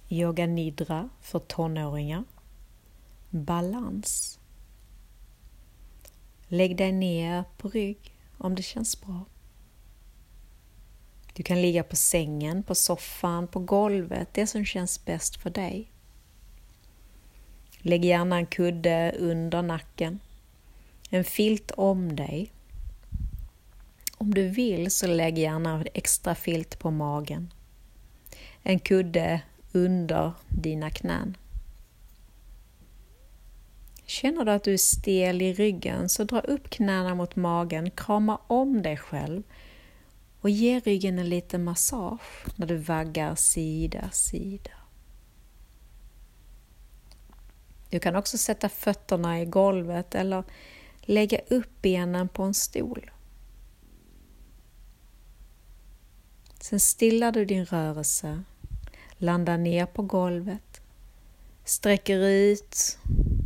Yoga Nidra för tonåringar. Balans. Lägg dig ner på rygg om det känns bra. Du kan ligga på sängen, på soffan, på golvet, det som känns bäst för dig. Lägg gärna en kudde under nacken, en filt om dig. Om du vill så lägg gärna en extra filt på magen. En kudde under dina knän. Känner du att du är stel i ryggen så dra upp knäna mot magen, krama om dig själv och ge ryggen en liten massage när du vaggar sida. Du kan också sätta fötterna i golvet eller lägga upp benen på en stol. Sen stillar du din rörelse, landar ner på golvet, sträcker ut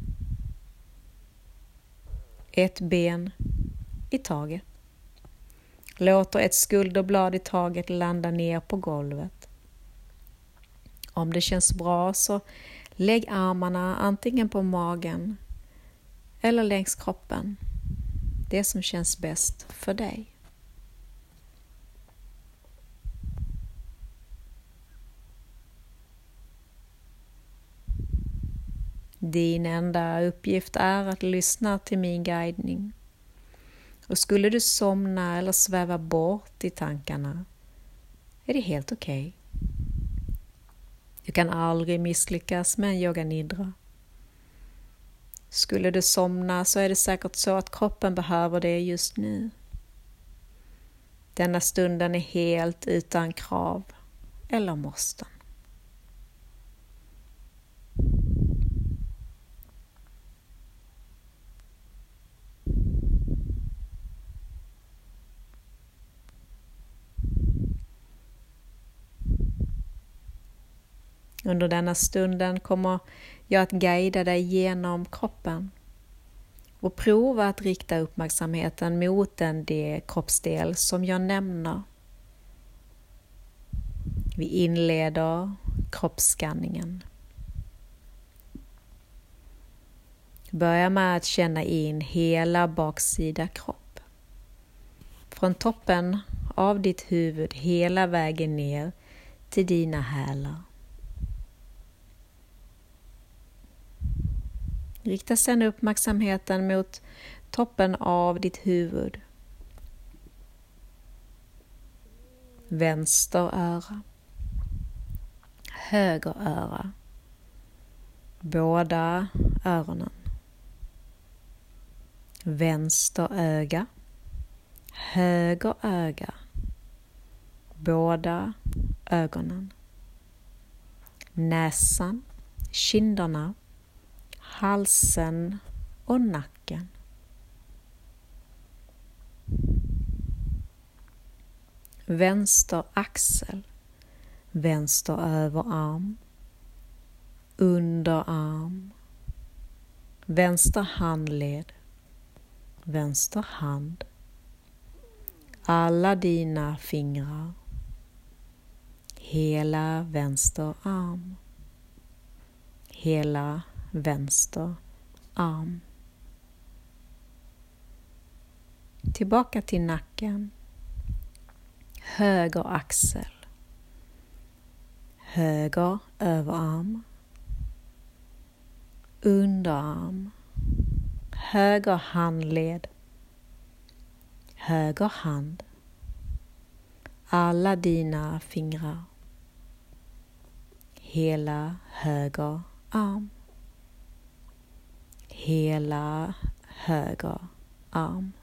ett ben i taget. Låter ett skulderblad i taget landa ner på golvet. Om det känns bra så lägg armarna antingen på magen eller längs kroppen. Det som känns bäst för dig. Din enda uppgift är att lyssna till min guidning. Och skulle du somna eller sväva bort i tankarna är det helt okej. Du kan aldrig misslyckas med en yoga nidra. Skulle du somna så är det säkert så att kroppen behöver det just nu. Denna stunden är helt utan krav eller måsten. Under denna stunden kommer jag att guida dig genom kroppen och prova att rikta uppmärksamheten mot den kroppsdel som jag nämner. Vi inleder kroppsskanningen. Börja med att känna in hela baksida kropp. Från toppen av ditt huvud hela vägen ner till dina hälar. Rikta sedan uppmärksamheten mot toppen av ditt huvud. Vänster öra. Höger öra. Båda öronen. Vänster öga. Höger öga. Båda ögonen. Näsan. Kinderna. Halsen och nacken. Vänster axel, vänster överarm, underarm, vänster handled, vänster hand, alla dina fingrar, hela vänster arm, hela vänster arm. Tillbaka till nacken. Höger axel. Höger överarm. Underarm. Höger handled. Höger hand. Alla dina fingrar. Hela höger arm. Hela höger arm.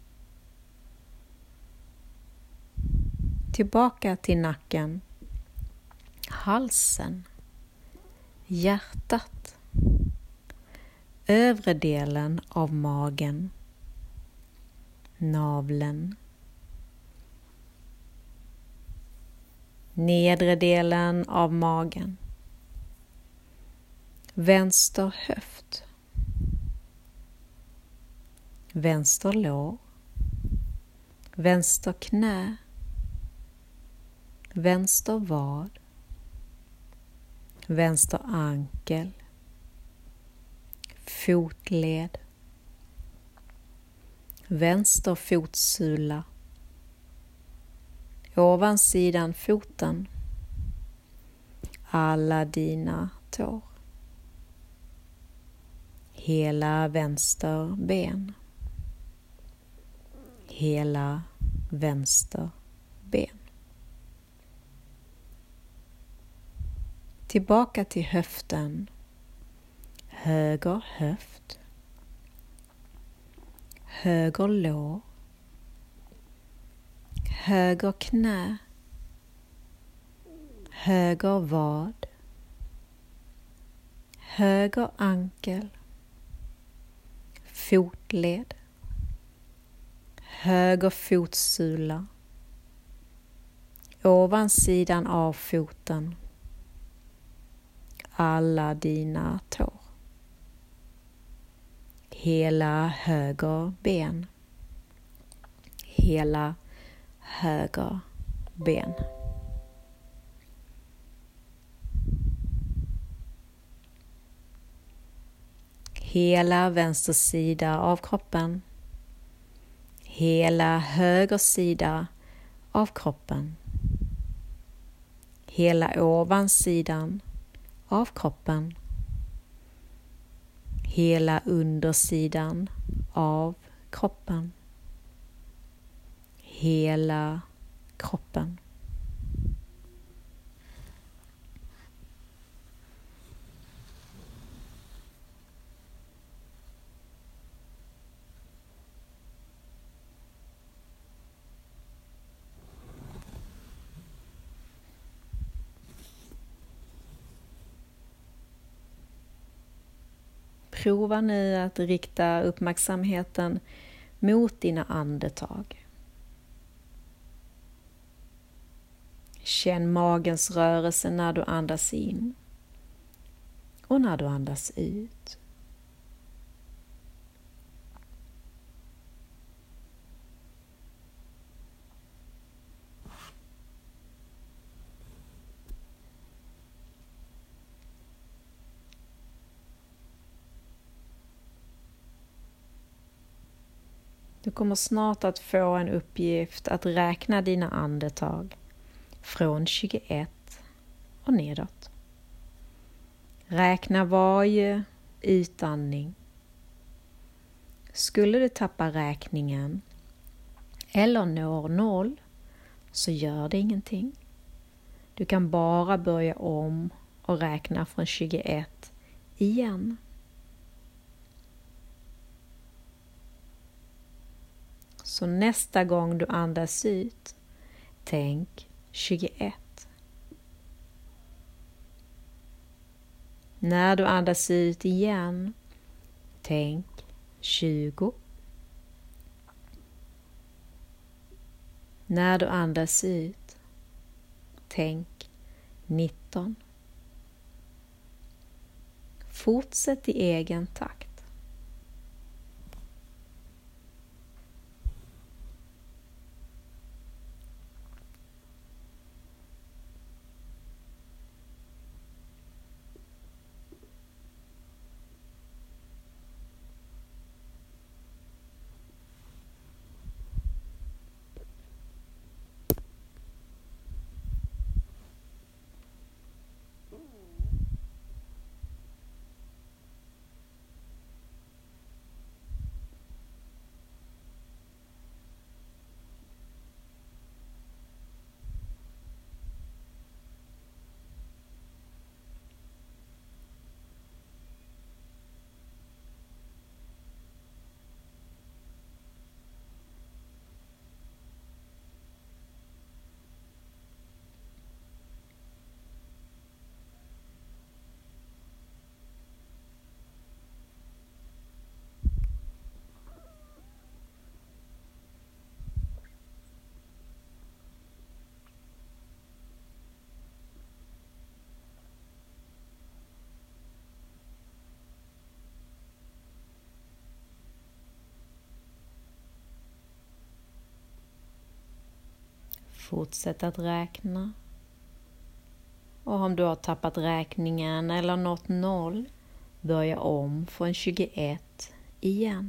Tillbaka till nacken. Halsen. Hjärtat. Övre delen av magen. Naveln. Nedre delen av magen. Vänster höft. Vänster lår. Vänster knä. Vänster vad. vänster ankel, fotled, vänster fotsula, ovansidan foten, alla dina tår, hela vänster ben, hela vänster ben. Tillbaka till höften, höger höft, höger lår, höger knä, höger vad, höger ankel, fotled, höger fotsula, ovansidan av foten, alla dina tår, hela höger ben, hela höger ben. Hela vänster sida av kroppen, hela höger sida av kroppen, hela ovansidan av kroppen, hela undersidan av kroppen, hela kroppen. Prova nu att rikta uppmärksamheten mot dina andetag. Känn magens rörelse när du andas in och när du andas ut. Du kommer snart att få en uppgift att räkna dina andetag från 21 och nedåt. Räkna varje utandning. Skulle du tappa räkningen eller når 0 så gör det ingenting. Du kan bara börja om och räkna från 21 igen. Så nästa gång du andas ut, tänk 21. När du andas ut igen, tänk 20. När du andas ut, tänk 19. Fortsätt i egen takt. Fortsätt att räkna. Och om du har tappat räkningen eller nått 0, börja om från 21 igen.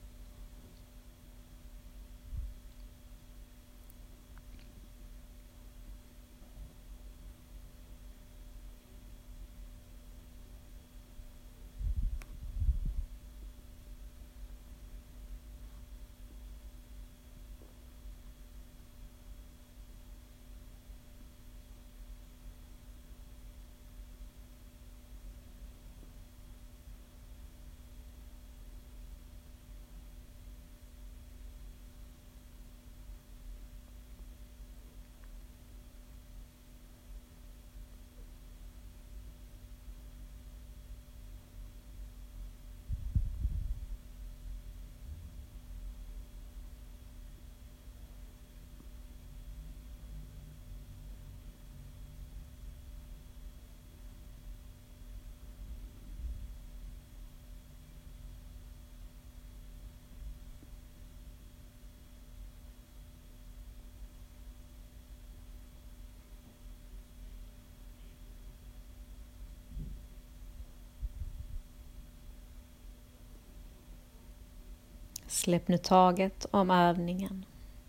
Släpp nu taget om övningen.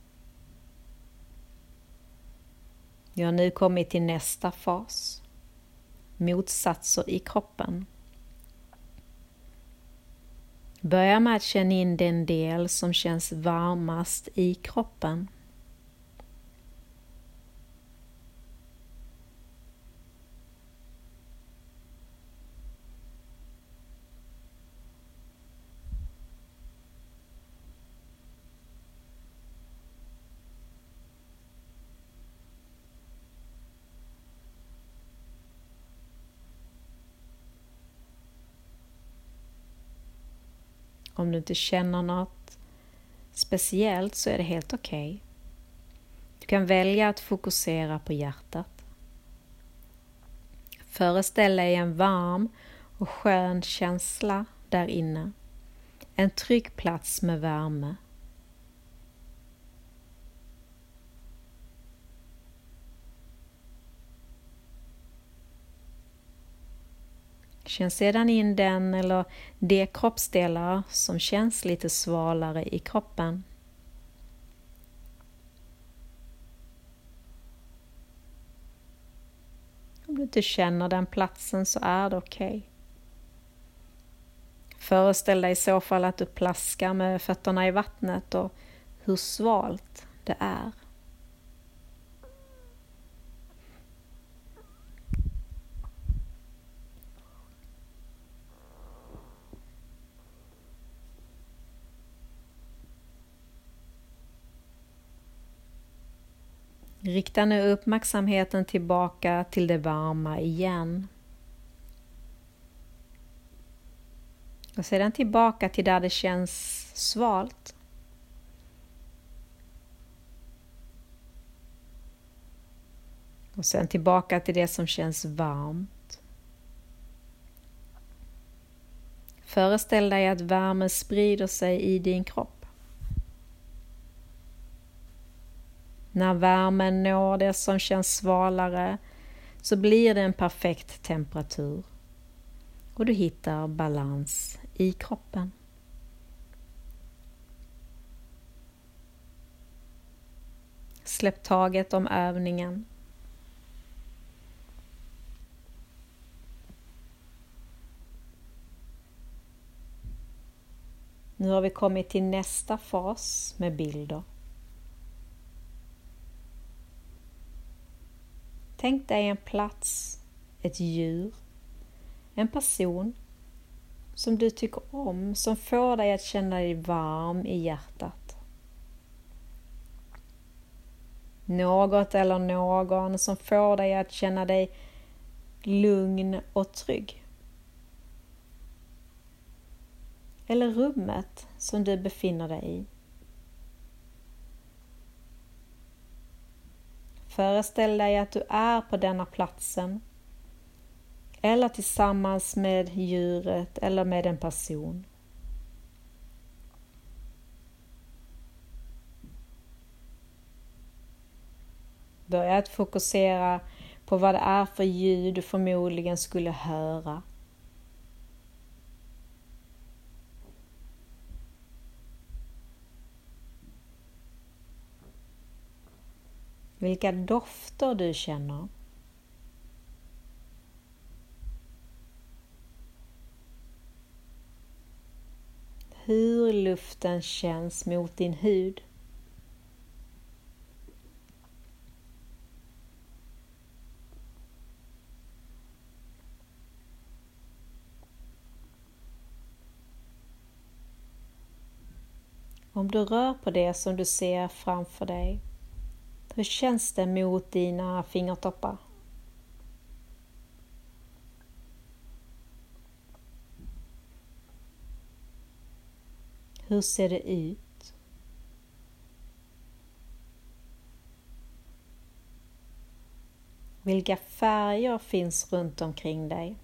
Jag har nu kommit till nästa fas. Motsatser i kroppen. Börja med att känna in den del som känns varmast i kroppen. Om du inte känner något speciellt så är det helt okej. Du kan välja att fokusera på hjärtat. Föreställ dig en varm och skön känsla där inne. En trygg plats med värme. Känn sedan in den eller de kroppsdelar som känns lite svalare i kroppen. Om du inte känner den platsen så är det okej. Föreställ dig i så fall att du plaskar med fötterna i vattnet och hur svalt det är. Rikta nu uppmärksamheten tillbaka till det varma igen. Och sedan tillbaka till där det känns svalt. Och sen tillbaka till det som känns varmt. Föreställ dig att värmen sprider sig i din kropp. När värmen når det som känns svalare så blir det en perfekt temperatur. Och du hittar balans i kroppen. Släpp taget om övningen. Nu har vi kommit till nästa fas med bilder. Tänk dig en plats, ett djur, en person som du tycker om, som får dig att känna dig varm i hjärtat. Något eller någon som får dig att känna dig lugn och trygg. Eller rummet som du befinner dig i. Föreställ dig att du är på denna platsen eller tillsammans med djuret eller med en person. Börja att fokusera på vad det är för ljud du förmodligen skulle höra. Vilka dofter du känner. Hur luften känns mot din hud. Om du rör på det som du ser framför dig, hur känns det mot dina fingertoppar? Hur ser det ut? Vilka färger finns runt omkring dig?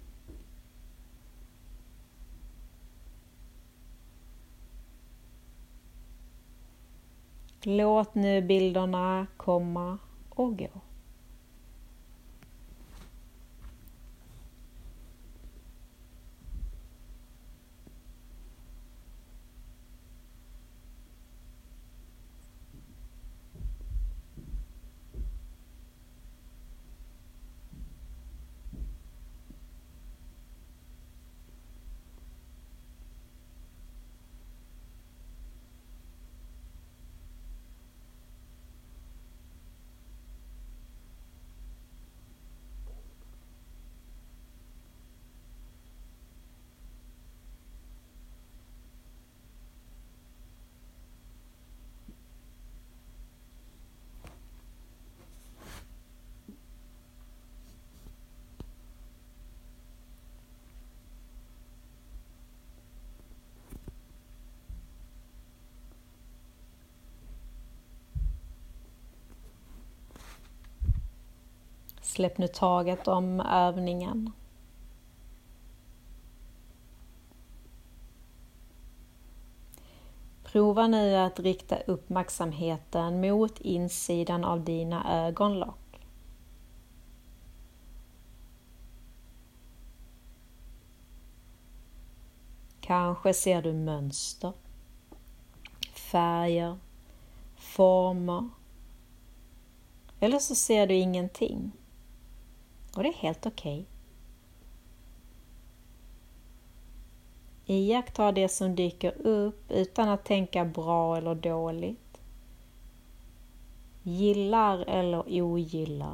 Låt nu bilderna komma och gå. Släpp nu taget om övningen. Prova nu att rikta uppmärksamheten mot insidan av dina ögonlock. Kanske ser du mönster, färger, former, eller så ser du ingenting. Och det är helt okej. Iaktta det som dyker upp utan att tänka bra eller dåligt. Gillar eller ogillar.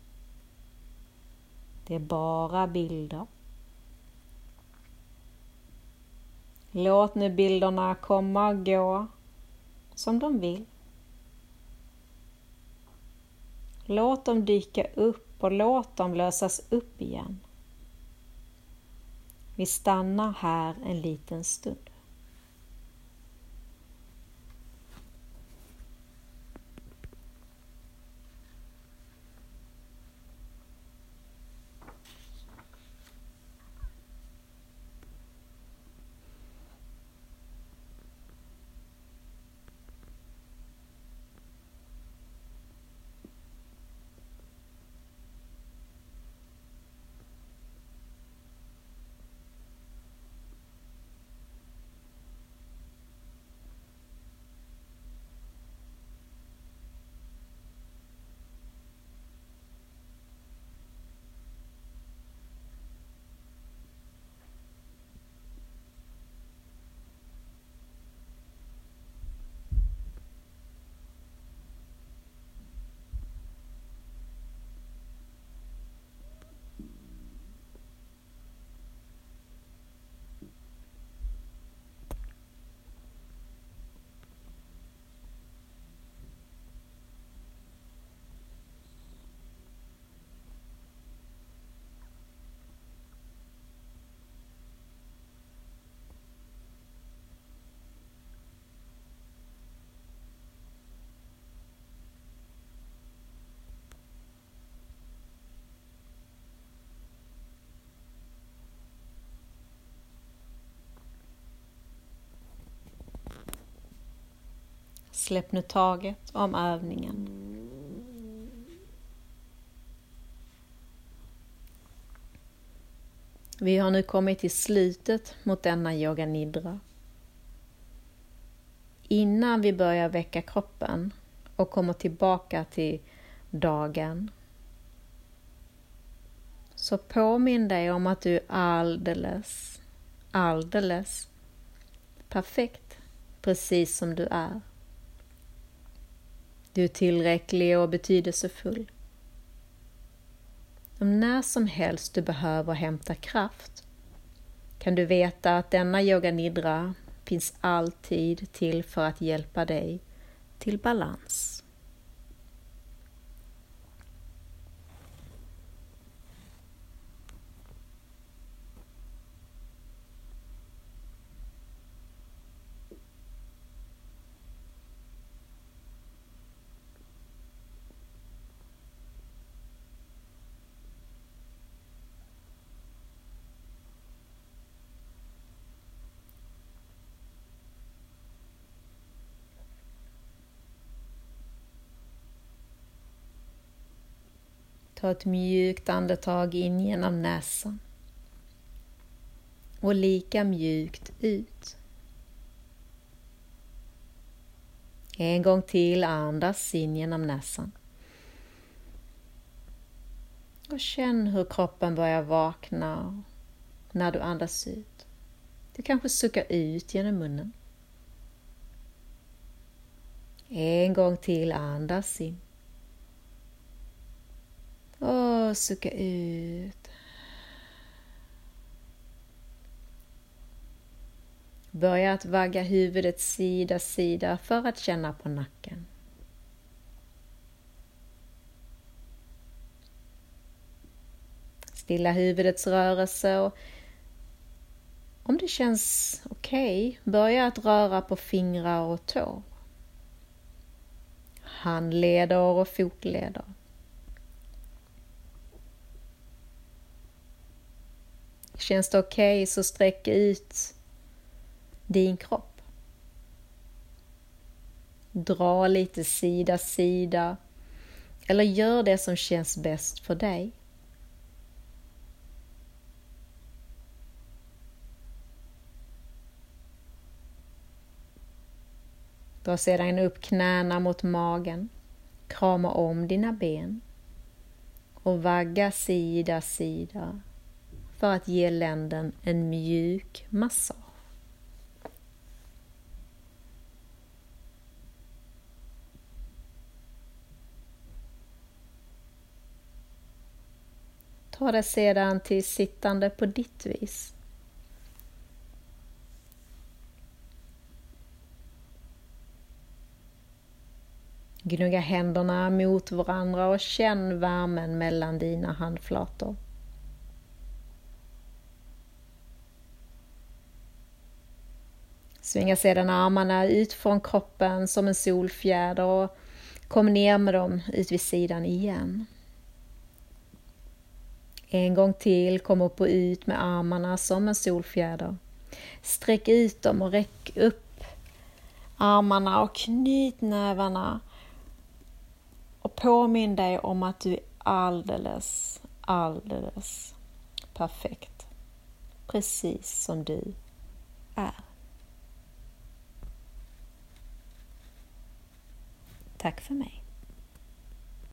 Det är bara bilder. Låt nu bilderna komma och gå som de vill. Låt dem dyka upp och låt dem lösas upp igen. Vi stannar här en liten stund. Släpp nu taget om övningen. Vi har nu kommit till slutet mot denna yoga nidra. Innan vi börjar väcka kroppen och kommer tillbaka till dagen, så påminn dig om att du är alldeles perfekt, precis som du är. Du är tillräcklig och betydelsefull. Om när som helst du behöver hämta kraft kan du veta att denna yoga nidra finns alltid till för att hjälpa dig till balans. Ta ett mjukt andetag in genom näsan och lika mjukt ut. En gång till, andas in genom näsan. Och känn hur kroppen börjar vakna när du andas ut. Du kanske suckar ut genom munnen. En gång till, andas in. Och sucka ut. Börja att vagga huvudet sida för att känna på nacken. Stilla huvudets rörelse och om det känns okej, börja att röra på fingrar och tår. Handleder och fotleder. Känns det okej, så sträck ut din kropp. Dra lite sida eller gör det som känns bäst för dig. Dra sedan upp knäna mot magen, krama om dina ben och vagga sida för att ge länden en mjuk massage. Ta dig sedan till sittande på ditt vis. Gnugga händerna mot varandra och känn värmen mellan dina handflator. Svinga sedan armarna ut från kroppen som en solfjäder och kom ner med dem ut vid sidan igen. En gång till, kom upp och ut med armarna som en solfjäder. Sträck ut dem och räck upp armarna och knyt nävarna. Och påminn dig om att du är alldeles perfekt. Precis som du är. Tack för mig.